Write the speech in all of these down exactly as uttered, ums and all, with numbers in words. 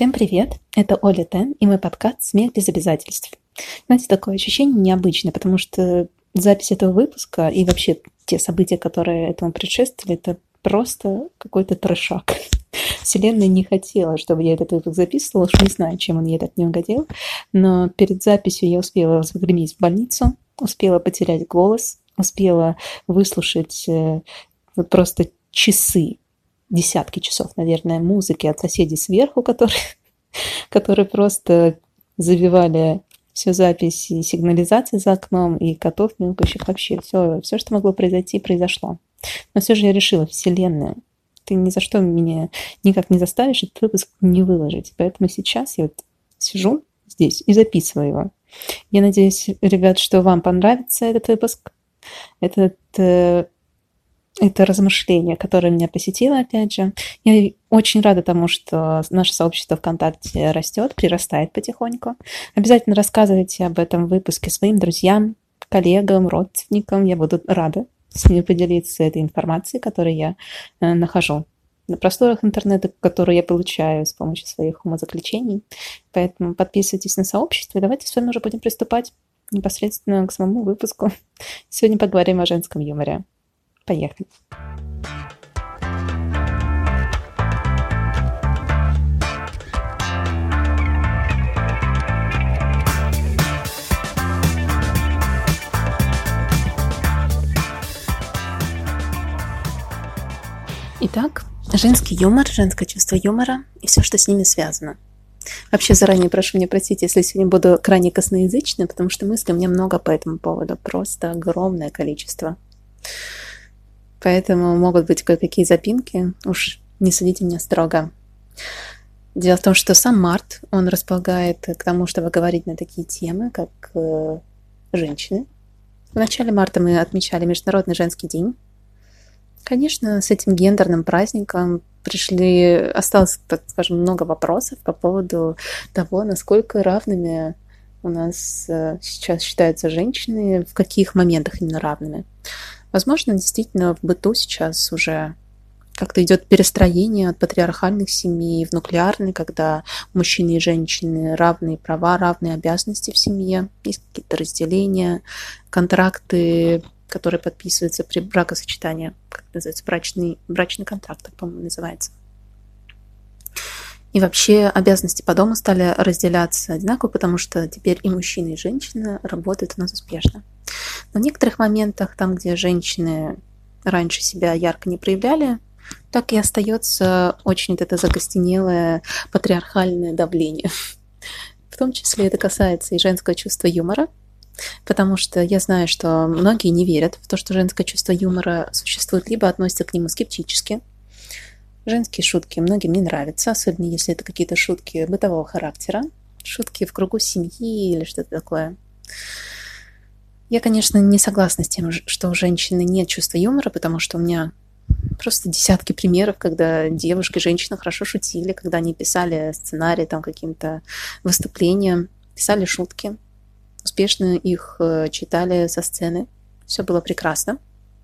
Всем привет! Это Оля Тен и мой подкаст «Смех без обязательств». Знаете, такое ощущение необычное, потому что запись этого выпуска и вообще те события, которые этому предшествовали, это просто какой-то трешак. Вселенная не хотела, чтобы я этот выпуск записывала, уж не знаю, чем он ей так не угодил, но перед записью я успела загреметь в больницу, успела потерять голос, успела выслушать э, просто часы, десятки часов, наверное, музыки от соседей сверху, которые, которые просто завивали всю запись и сигнализации за окном, и котов мяукающих. Вообще все, все, что могло произойти, произошло. Но все же я решила, Вселенная, ты ни за что меня никак не заставишь этот выпуск не выложить. Поэтому сейчас я вот сижу здесь и записываю его. Я надеюсь, ребят, что вам понравится этот выпуск. Этот... Э, Это размышление, которое меня посетило, опять же. Я очень рада тому, что наше сообщество ВКонтакте растет, прирастает потихоньку. Обязательно рассказывайте об этом выпуске своим друзьям, коллегам, родственникам. Я буду рада с ними поделиться этой информацией, которую я э, нахожу на просторах интернета, которую я получаю с помощью своих умозаключений. Поэтому подписывайтесь на сообщество, и давайте с вами уже будем приступать непосредственно к самому выпуску. Сегодня поговорим о женском юморе. Поехали. Итак, женский юмор, женское чувство юмора и все, что с ними связано. Вообще, заранее прошу меня простить, если сегодня буду крайне косноязычной, потому что мыслей у меня много по этому поводу, просто огромное количество. Поэтому могут быть кое-какие запинки, уж не судите меня строго. Дело в том, что сам март, он располагает к тому, чтобы говорить на такие темы, как э, женщины. В начале марта мы отмечали Международный женский день. Конечно, с этим гендерным праздником пришли, осталось, так скажем, много вопросов по поводу того, насколько равными у нас э, сейчас считаются женщины, в каких моментах именно равными. Возможно, действительно, в быту сейчас уже как-то идет перестроение от патриархальных семей в нуклеарные, когда мужчины и женщины равные права, равные обязанности в семье, есть какие-то разделения, контракты, которые подписываются при бракосочетании, как называется, брачный, брачный контракт, так, по-моему, называется. И вообще обязанности по дому стали разделяться одинаково, потому что теперь и мужчины, и женщины работают у нас успешно. Но в некоторых моментах, там, где женщины раньше себя ярко не проявляли, так и остается очень вот это закостенелое патриархальное давление. В том числе это касается и женского чувства юмора, потому что я знаю, что многие не верят в то, что женское чувство юмора существует, либо относятся к нему скептически. Женские шутки многим не нравятся, особенно если это какие-то шутки бытового характера, шутки в кругу семьи или что-то такое. Я, конечно, не согласна с тем, что у женщины нет чувства юмора, потому что у меня просто десятки примеров, когда девушки, женщины хорошо шутили, когда они писали сценарии там каким-то выступлениям, писали шутки, успешно их читали со сцены. Все было прекрасно.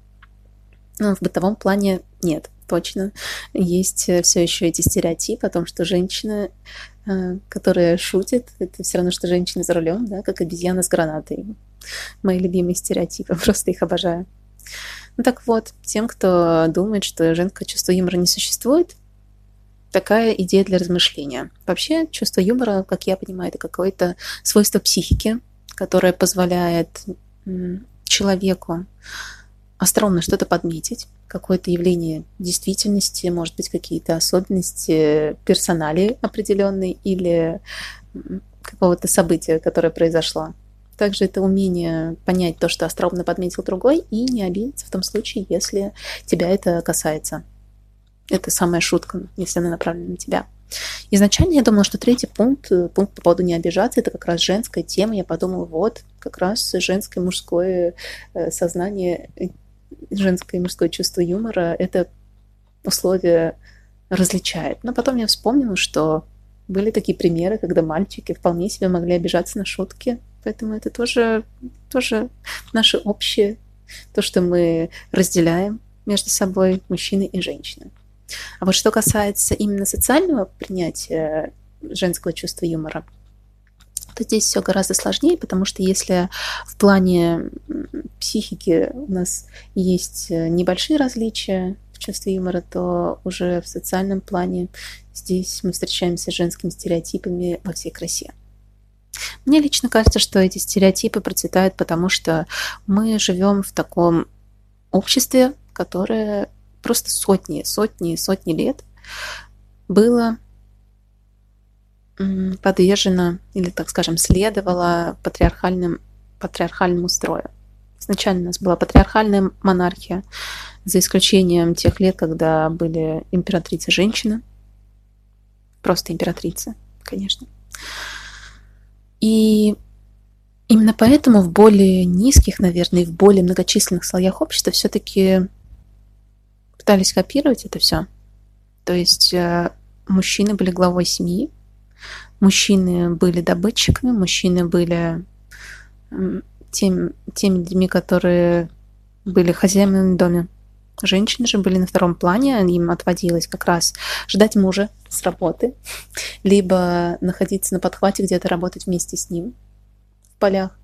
Но в бытовом плане нет, точно. Есть все еще эти стереотипы о том, что женщина, которая шутит, это все равно, что женщина за рулем, да, как обезьяна с гранатой. Мои любимые стереотипы, просто их обожаю. Ну так вот, тем, кто думает, что женское чувство юмора не существует, такая идея для размышления. Вообще, чувство юмора, как я понимаю, это какое-то свойство психики, которое позволяет человеку остроумно что-то подметить, какое-то явление действительности, может быть, какие-то особенности персоналии определенной или какого-то события, которое произошло. Также это умение понять то, что остроумно подметил другой, и не обидеться в том случае, если тебя это касается. Это самая шутка, если она направлена на тебя. Изначально я думала, что третий пункт, пункт по поводу не обижаться, это как раз женская тема. Я подумала, вот, как раз женское мужское сознание, женское и мужское чувство юмора это условие различает. Но потом я вспомнила, что были такие примеры, когда мальчики вполне себе могли обижаться на шутки. Поэтому это тоже, тоже наше общее, то, что мы разделяем между собой, мужчины и женщины. А вот что касается именно социального принятия женского чувства юмора, то здесь все гораздо сложнее, потому что если в плане психики у нас есть небольшие различия в чувстве юмора, то уже в социальном плане здесь мы встречаемся с женскими стереотипами во всей красе. Мне лично кажется, что эти стереотипы процветают, потому что мы живем в таком обществе, которое просто сотни, сотни, сотни лет было подвержено, или, так скажем, следовало патриархальным, патриархальному строю. Изначально у нас была патриархальная монархия, за исключением тех лет, когда были императрицы-женщины, просто императрицы, конечно. И именно поэтому в более низких, наверное, и в более многочисленных слоях общества все-таки пытались копировать это все. То есть мужчины были главой семьи, мужчины были добытчиками, мужчины были тем, теми людьми, которые были хозяевами в доме. Женщины же были на втором плане, им отводилось как раз ждать мужа с работы, либо находиться на подхвате, где-то работать вместе с ним в полях.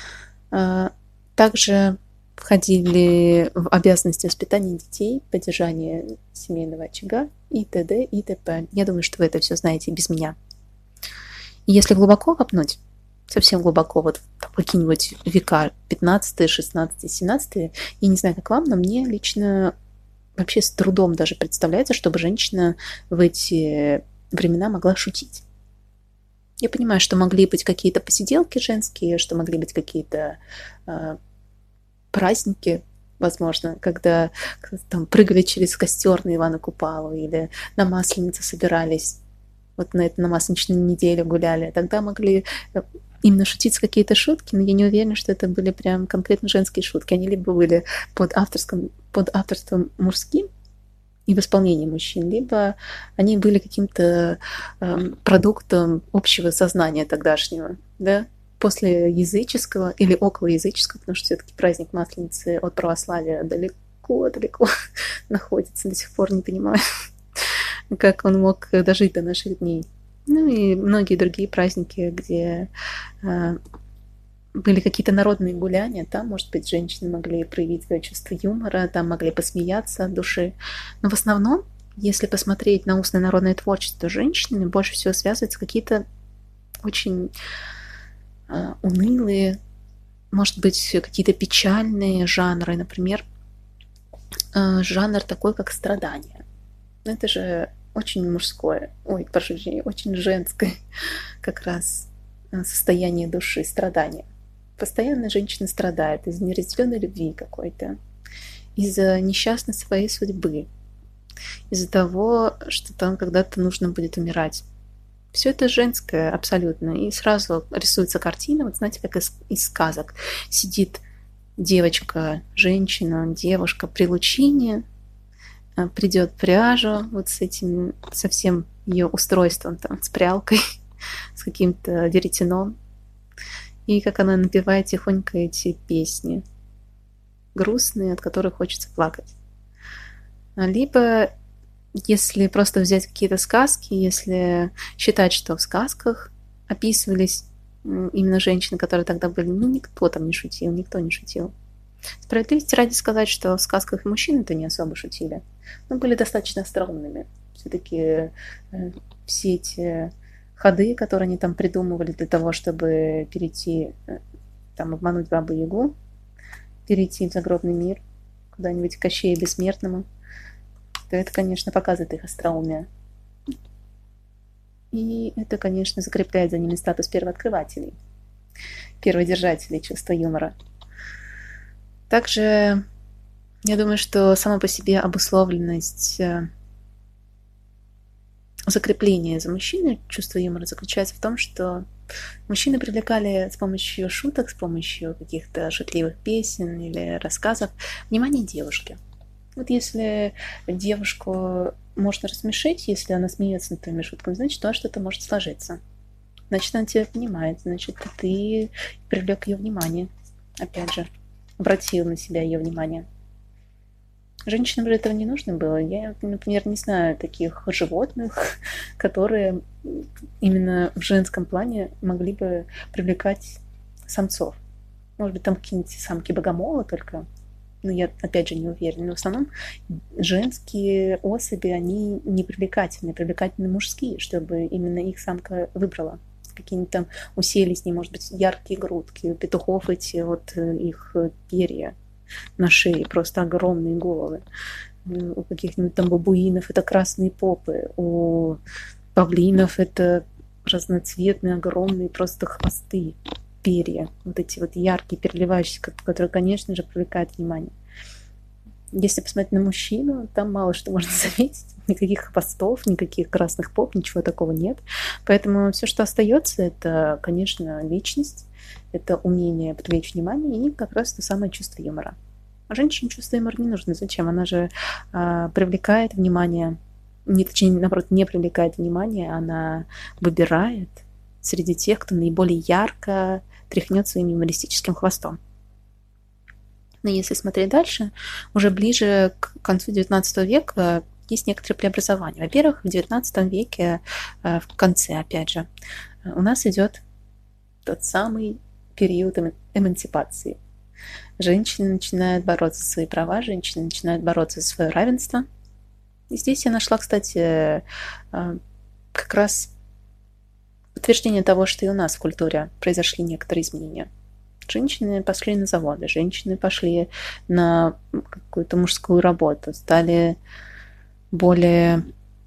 Также входили в обязанности воспитания детей, поддержания семейного очага и т.д. и т.п. Я думаю, что вы это все знаете без меня. И если глубоко копнуть, совсем глубоко, вот какие-нибудь века пятнадцатый, шестнадцатый, семнадцатый, я не знаю, как вам, но мне лично вообще с трудом даже представляется, чтобы женщина в эти времена могла шутить. Я понимаю, что могли быть какие-то посиделки женские, что могли быть какие-то э, праздники, возможно, когда там прыгали через костер на Ивана Купалу или на Масленицу собирались, вот на это на Масленичную неделю гуляли. Тогда могли именно шутить какие-то шутки, но я не уверена, что это были прям конкретно женские шутки. Они либо были под авторском, под авторством мужским и в исполнении мужчин, либо они были каким-то э, продуктом общего сознания тогдашнего, да, после языческого или около языческого, потому что все-таки праздник Масленицы от православия далеко-далеко находится, до сих пор не понимаю, как он мог дожить до наших дней. Ну и многие другие праздники, где э, были какие-то народные гуляния, там, может быть, женщины могли проявить свое чувство юмора, там могли посмеяться от души. Но в основном, если посмотреть на устное народное творчество, с женщинами больше всего связываются какие-то очень э, унылые, может быть, какие-то печальные жанры. Например, э, жанр такой, как страдание. Это же очень мужское, ой, прошу прощения, очень женское как раз состояние души, страдания. Постоянно женщина страдает из-за неразделенной любви какой-то, из-за несчастной своей судьбы, из-за того, что там когда-то нужно будет умирать. Все это женское абсолютно. И сразу рисуется картина, вот знаете, как из, из сказок. Сидит девочка, женщина, девушка при лучине, придет пряжу вот с этим, со всем ее устройством, там, с прялкой, с каким-то веретеном, и как она напевает тихонько эти песни, грустные, от которых хочется плакать. Либо, если просто взять какие-то сказки, если считать, что в сказках описывались именно женщины, которые тогда были, ну, никто там не шутил, никто не шутил. Справедливости ради сказать, что в сказках мужчины-то не особо шутили, но были достаточно остроумными. Все-таки э, все эти ходы, которые они там придумывали для того, чтобы перейти, э, там, обмануть Бабу-Ягу, перейти в загробный мир, куда-нибудь к Кощею Бессмертному, то это, конечно, показывает их остроумие. И это, конечно, закрепляет за ними статус первооткрывателей, перводержателей чувства юмора. Также я думаю, что сама по себе обусловленность закрепления за мужчиной чувства юмора заключается в том, что мужчины привлекали с помощью шуток, с помощью каких-то шутливых песен или рассказов внимание девушки. Вот если девушку можно рассмешить, если она смеется над твоими шутками, значит, то что-то может сложиться. Значит, она тебя понимает, значит, ты привлек ее внимание, опять же. Обратил на себя ее внимание. Женщинам же этого не нужно было. Я, например, не знаю таких животных, которые именно в женском плане могли бы привлекать самцов. Может быть, там какие-нибудь самки-богомолы только, но я, опять же, не уверена. Но в основном женские особи, они не привлекательны, привлекательны мужские, чтобы именно их самка выбрала. Какие-нибудь там уселись, не может быть, яркие грудки, у петухов эти вот их перья на шее, просто огромные головы. У каких-нибудь там бабуинов это красные попы, у павлинов это разноцветные, огромные просто хвосты, перья, вот эти вот яркие, переливающиеся, которые, конечно же, привлекают внимание. Если посмотреть на мужчину, там мало что можно заметить. Никаких хвостов, никаких красных поп, ничего такого нет. Поэтому все, что остается, это, конечно, личность, это умение привлечь внимание и как раз то самое чувство юмора. А женщине чувство юмора не нужно. Зачем? Она же а, привлекает внимание, не, точнее, наоборот, не привлекает внимание, она выбирает среди тех, кто наиболее ярко тряхнет своим юмористическим хвостом. Но если смотреть дальше, уже ближе к концу девятнадцатого века есть некоторые преобразования. Во-первых, в девятнадцатом веке, в конце, опять же, у нас идет тот самый период эмансипации. Женщины начинают бороться за свои права, женщины начинают бороться за свое равенство. И здесь я нашла, кстати, как раз подтверждение того, что и у нас в культуре произошли некоторые изменения. Женщины пошли на заводы, женщины пошли на какую-то мужскую работу, стали более,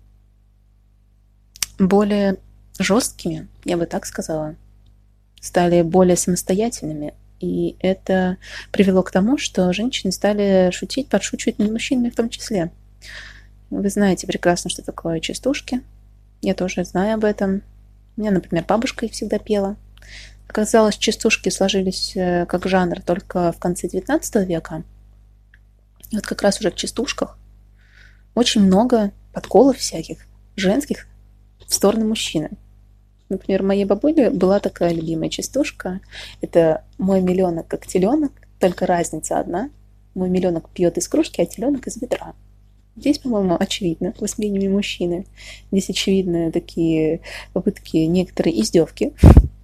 более жесткими, я бы так сказала, стали более самостоятельными. И это привело к тому, что женщины стали шутить, подшучивать над мужчинами в том числе. Вы знаете прекрасно, что такое частушки. Я тоже знаю об этом. У меня, например, бабушка их всегда пела. Оказалось, частушки сложились как жанр только в конце девятнадцатого века. И вот как раз уже в частушках очень много подколов всяких, женских, в сторону мужчины. Например, у моей бабули была такая любимая частушка. Это «Мой миллионок как теленок», только разница одна. Мой миллионок пьет из кружки, а теленок из ведра. Здесь, по-моему, очевидно восприятие мужчины. Здесь очевидны такие попытки, некоторые издевки.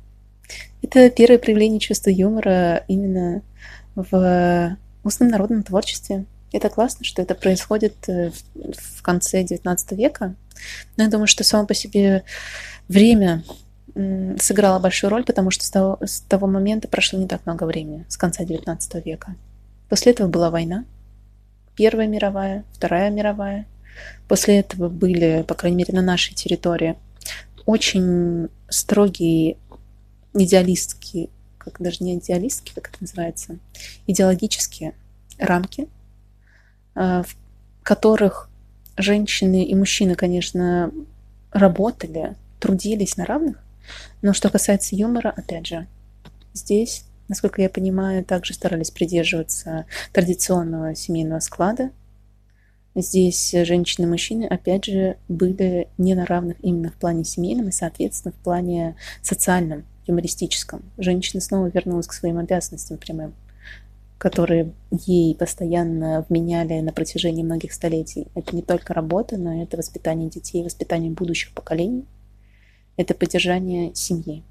Это первое проявление чувства юмора именно в устном народном творчестве. Это классно, что это происходит в конце девятнадцатого века. Но я думаю, что само по себе время сыграло большую роль, потому что с того, с того момента прошло не так много времени, с конца девятнадцатого века. После этого была война. Первая мировая, Вторая мировая. После этого были, по крайней мере, на нашей территории очень строгие идеалистские, как даже не идеалистские, как это называется, идеологические рамки, в которых женщины и мужчины, конечно, работали, трудились на равных, но что касается юмора, опять же, здесь, насколько я понимаю, также старались придерживаться традиционного семейного склада. Здесь женщины и мужчины, опять же, были не на равных именно в плане семейном и, соответственно, в плане социальном, юмористическом. Женщина снова вернулась к своим обязанностям прямым, которые ей постоянно вменяли на протяжении многих столетий. Это не только работа, но это воспитание детей, воспитание будущих поколений, это поддержание семьи.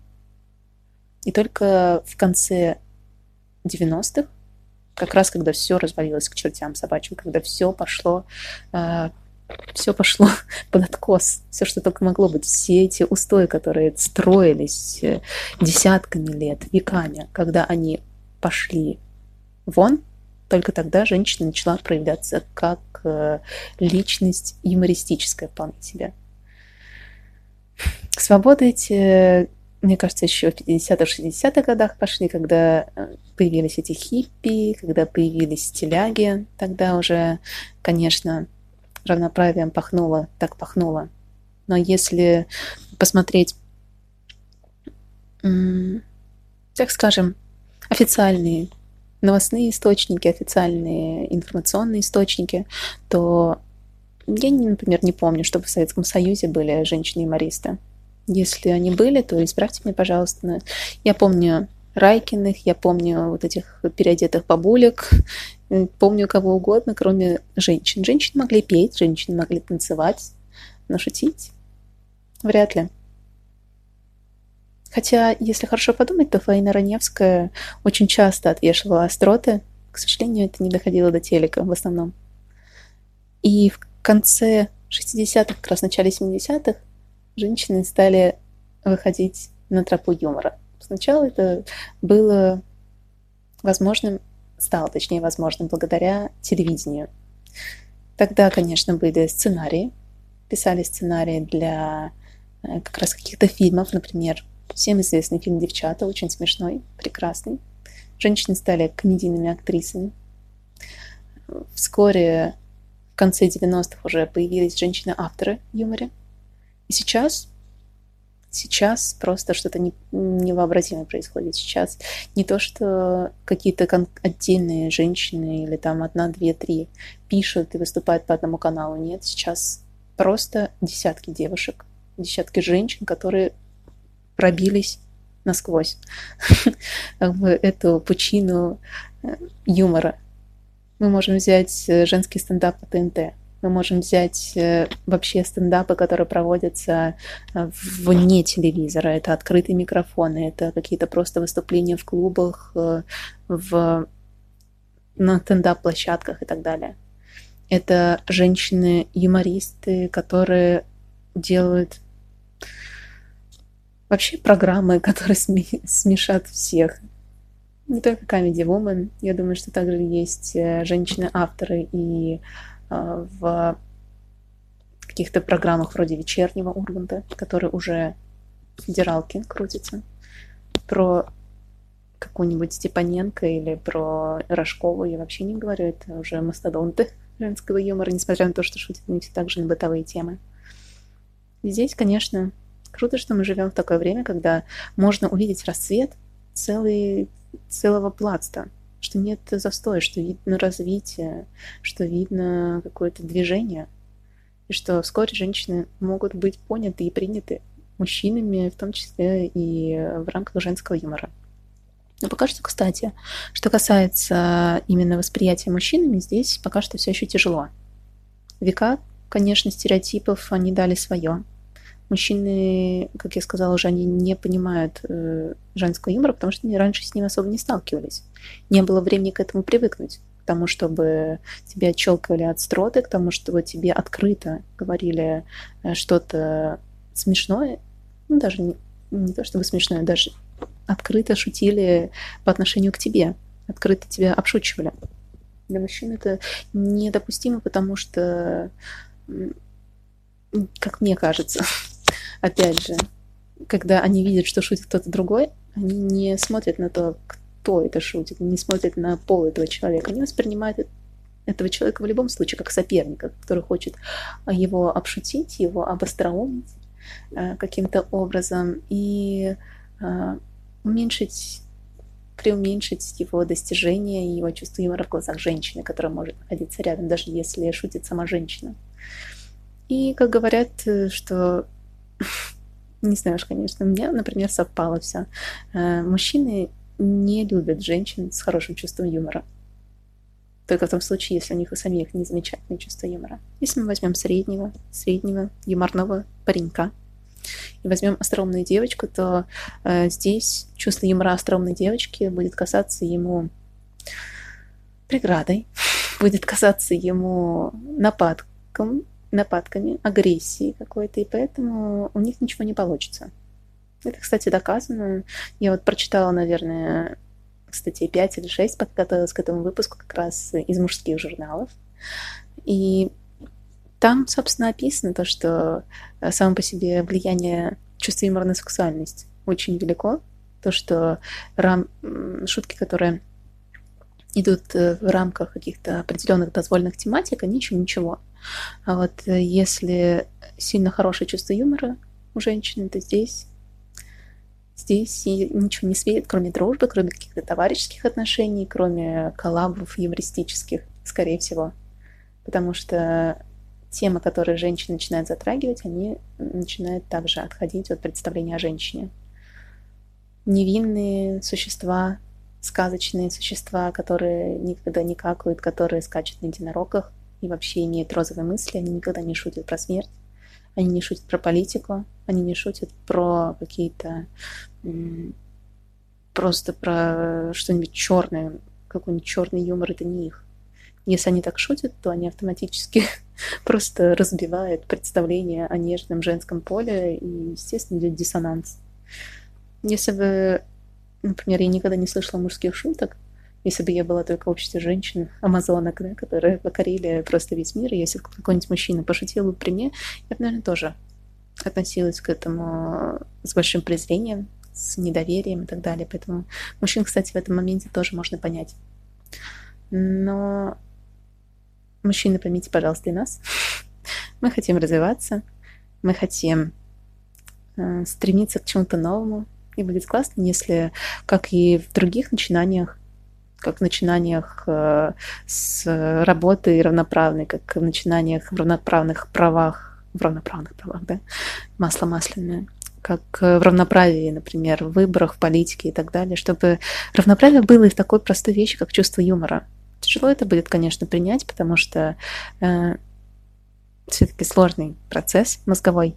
И только в конце девяностых, как раз когда все развалилось к чертям собачьим, когда все пошло, э, все пошло под откос, все, что только могло быть, все эти устои, которые строились десятками лет, веками, когда они пошли вон, только тогда женщина начала проявляться как э, личность юмористическая вполне себе. Свободы эти, мне кажется, еще в пятидесятых-шестидесятых годах пошли, когда появились эти хиппи, когда появились стиляги, тогда уже, конечно, равноправием пахнуло, так пахнуло. Но если посмотреть, так скажем, официальные новостные источники, официальные информационные источники, то я, например, не помню, чтобы в Советском Союзе были женщины-юмористы. Если они были, то исправьте меня, пожалуйста. Я помню Райкиных, я помню вот этих переодетых бабулек, помню кого угодно, кроме женщин. Женщины могли петь, женщины могли танцевать, но шутить вряд ли. Хотя, если хорошо подумать, то Фаина Раневская очень часто отвешивала остроты. К сожалению, это не доходило до телека в основном. И в конце шестидесятых, как раз в начале семидесятых, женщины стали выходить на тропу юмора. Сначала это было возможным, стало точнее возможным благодаря телевидению. Тогда, конечно, были сценарии, писали сценарии для как раз каких-то фильмов, например, всем известный фильм «Девчата», очень смешной, прекрасный. Женщины стали комедийными актрисами. Вскоре, в конце девяностых, уже появились женщины-авторы в юморе. И сейчас, сейчас просто что-то невообразимое происходит. Сейчас не то, что какие-то отдельные женщины или там одна, две, три пишут и выступают по одному каналу. Нет, сейчас просто десятки девушек, десятки женщин, которые пробились насквозь в эту пучину юмора. Мы можем взять женский стендап по ТНТ. Мы можем взять вообще стендапы, которые проводятся вне телевизора. Это открытые микрофоны, это какие-то просто выступления в клубах, в, на стендап-площадках и так далее. Это женщины-юмористы, которые делают вообще программы, которые смешат всех. Не только Comedy Woman. Я думаю, что также есть женщины-авторы и в каких-то программах вроде «Вечернего Урганта», которые уже в федералке крутятся, про какую-нибудь Степаненко или про Рожкову я вообще не говорю, это уже мастодонты женского юмора, несмотря на то, что шутят они все так же на бытовые темы. И здесь, конечно, круто, что мы живем в такое время, когда можно увидеть расцвет целый, целого пласта, что нет застоя, что видно развитие, что видно какое-то движение, и что вскоре женщины могут быть поняты и приняты мужчинами, в том числе и в рамках женского юмора. Но пока что, кстати, что касается именно восприятия мужчинами, здесь пока что все еще тяжело. Века, конечно, стереотипов, они дали свое. Мужчины, как я сказала уже, они не понимают э, женского юмора, потому что они раньше с ним особо не сталкивались. Не было времени к этому привыкнуть, к тому, чтобы тебя отщелкивали от строты, к тому, чтобы тебе открыто говорили э, что-то смешное, ну, даже не, не то чтобы смешное, даже открыто шутили по отношению к тебе, открыто тебя обшучивали. Для мужчин это недопустимо, потому что, как мне кажется, опять же, когда они видят, что шутит кто-то другой, они не смотрят на то, кто это шутит, не смотрят на пол этого человека. Они воспринимают этого человека в любом случае как соперника, который хочет его обшутить, его обостроумить каким-то образом и уменьшить, преуменьшить его достижения и его чувство юмора в глазах женщины, которая может находиться рядом, даже если шутит сама женщина. И, как говорят, что... Не знаю уж, конечно, у меня, например, совпало все. Мужчины не любят женщин с хорошим чувством юмора. Только в том случае, если у них у самих не замечательное чувство юмора. Если мы возьмем среднего, среднего юморного паренька и возьмем остроумную девочку, то э, здесь чувство юмора остроумной девочки будет казаться ему преградой, будет казаться ему нападком, нападками, агрессией какой-то, и поэтому у них ничего не получится. Это, кстати, доказано. Я вот прочитала, наверное, статей пять или шесть, пока готовилась к этому выпуску, как раз из мужских журналов. И там, собственно, описано то, что само по себе влияние чувства юмора на сексуальность очень велико. То, что рам... шутки, которые идут в рамках каких-то определенных дозволенных тематик, они еще ничего. А вот если сильно хорошее чувство юмора у женщины, то здесь, здесь ничего не светит, кроме дружбы, кроме каких-то товарищеских отношений, кроме коллабов юмористических, скорее всего. Потому что темы, которые женщины начинают затрагивать, они начинают также отходить от представления о женщине. невинные существа, сказочные существа, которые никогда не какают, которые скачут на единорогах и вообще имеют розовые мысли. Они никогда не шутят про смерть, они не шутят про политику, они не шутят про какие-то просто про что-нибудь черное, какой-нибудь черный юмор, это не их. Если они так шутят, то они автоматически просто разбивают представление о нежном женском поле, и, естественно, идет диссонанс. Если бы, например, я никогда не слышала мужских шуток, если бы я была только в обществе женщин, амазонок, да, которые покорили просто весь мир, и если какой-нибудь мужчина пошутил бы при мне, я бы, наверное, тоже относилась к этому с большим презрением, с недоверием и так далее. Поэтому мужчин, кстати, в этом моменте тоже можно понять. Но мужчины, поймите, пожалуйста, и нас. Мы хотим развиваться, мы хотим э, стремиться к чему-то новому. И будет классно, если, как и в других начинаниях, как в начинаниях э, с работы равноправной, как в начинаниях в равноправных правах, в равноправных правах, да, масло масляное, как в равноправии, например, в выборах, в политике и так далее, чтобы равноправие было и в такой простой вещи, как чувство юмора. Тяжело это будет, конечно, принять, потому что э, все-таки сложный процесс мозговой.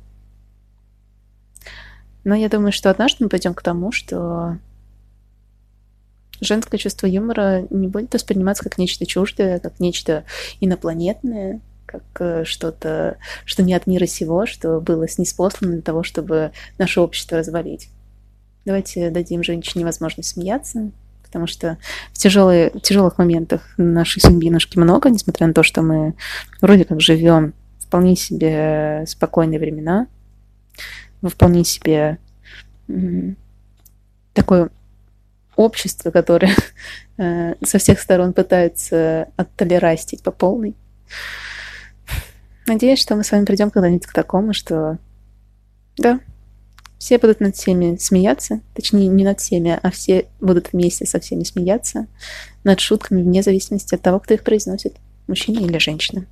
Но я думаю, что однажды мы пойдем к тому, что женское чувство юмора не будет восприниматься как нечто чуждое, как нечто инопланетное, как что-то, что не от мира сего, что было снизпослано для того, чтобы наше общество развалить. Давайте дадим женщине возможность смеяться, потому что в, тяжелые, в тяжелых моментах нашей судьбинушки много, несмотря на то, что мы вроде как живем вполне себе спокойные времена, во вполне себе м- такое общество, которое э, со всех сторон пытается оттолерастить по полной. Надеюсь, что мы с вами придем когда-нибудь к такому, что да, все будут над всеми смеяться, точнее, не над всеми, а все будут вместе со всеми смеяться над шутками вне зависимости от того, кто их произносит, мужчина или женщина.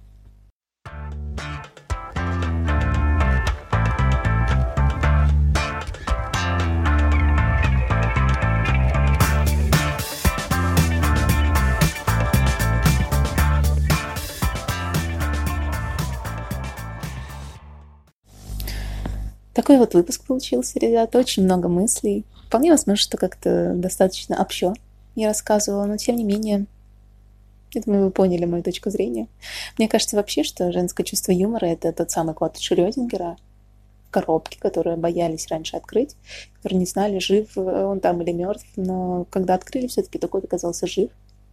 Такой вот выпуск получился, ребята. Очень много мыслей. Вполне возможно, что как-то достаточно общо я рассказывала, но тем не менее, я думаю, вы поняли мою точку зрения. Мне кажется вообще, что женское чувство юмора — это тот самый кот Шрёдингера в коробке, которую боялись раньше открыть, которые не знали, жив он там или мертв, но когда открыли, все-таки то кот оказался жив.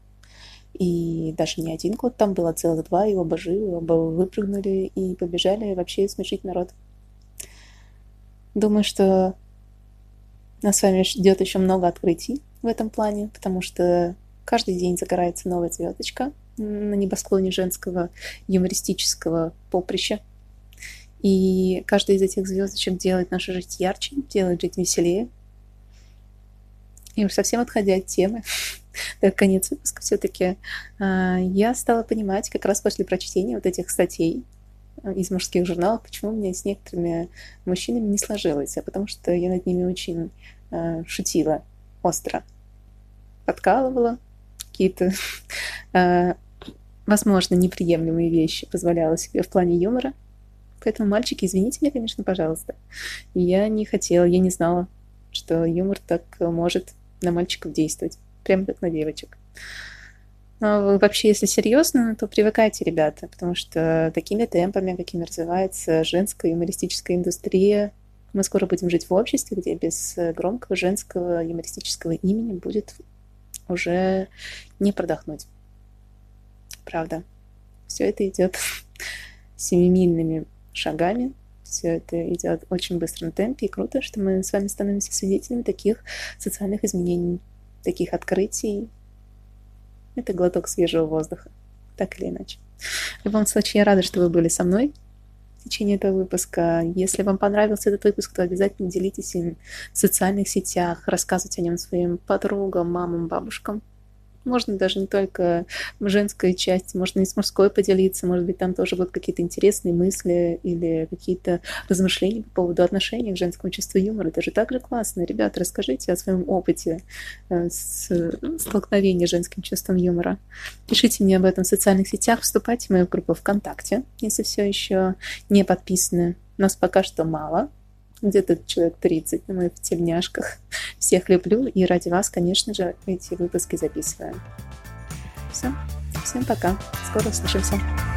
И даже не один кот там был, а целых два, и оба живы, оба выпрыгнули и побежали вообще смешить народ. Думаю, что нас с вами ждет еще много открытий в этом плане, потому что каждый день загорается новая звездочка на небосклоне женского юмористического поприща. И каждая из этих звездочек делает нашу жизнь ярче, делает жизнь веселее. И уж совсем отходя от темы, так, конец выпуска все-таки, я стала понимать как раз после прочтения вот этих статей из мужских журналов, почему у меня с некоторыми мужчинами не сложилось, а потому что я над ними очень э, шутила остро, подкалывала какие-то, э, возможно, неприемлемые вещи, позволяла себе в плане юмора. Поэтому, мальчики, извините меня, конечно, пожалуйста. Я не хотела, я не знала, что юмор так может на мальчиков действовать, прямо как на девочек. Но вообще, если серьезно, то привыкайте, ребята, потому что такими темпами, какими развивается женская юмористическая индустрия, мы скоро будем жить в обществе, где без громкого женского юмористического имени будет уже не продохнуть. Правда. Все это идет семимильными шагами, все это идет в очень быстром темпе, и круто, что мы с вами становимся свидетелями таких социальных изменений, таких открытий. Это глоток свежего воздуха, так или иначе. В любом случае, я рада, что вы были со мной в течение этого выпуска. Если вам понравился этот выпуск, то обязательно делитесь им в социальных сетях, рассказывайте о нем своим подругам, мамам, бабушкам. Можно даже не только женская часть, можно и с мужской поделиться. Может быть, там тоже будут какие-то интересные мысли или какие-то размышления по поводу отношения к женскому чувству юмора. Это же так же классно. Ребята, расскажите о своем опыте э, с, ну, столкновения с женским чувством юмора. Пишите мне об этом в социальных сетях, вступайте в мою группу ВКонтакте, если все еще не подписаны. Нас пока что мало. Где-то человек тридцать на моих тельняшках. Всех люблю и ради вас, конечно же, эти выпуски записываю. Все. Всем пока. Скоро услышимся.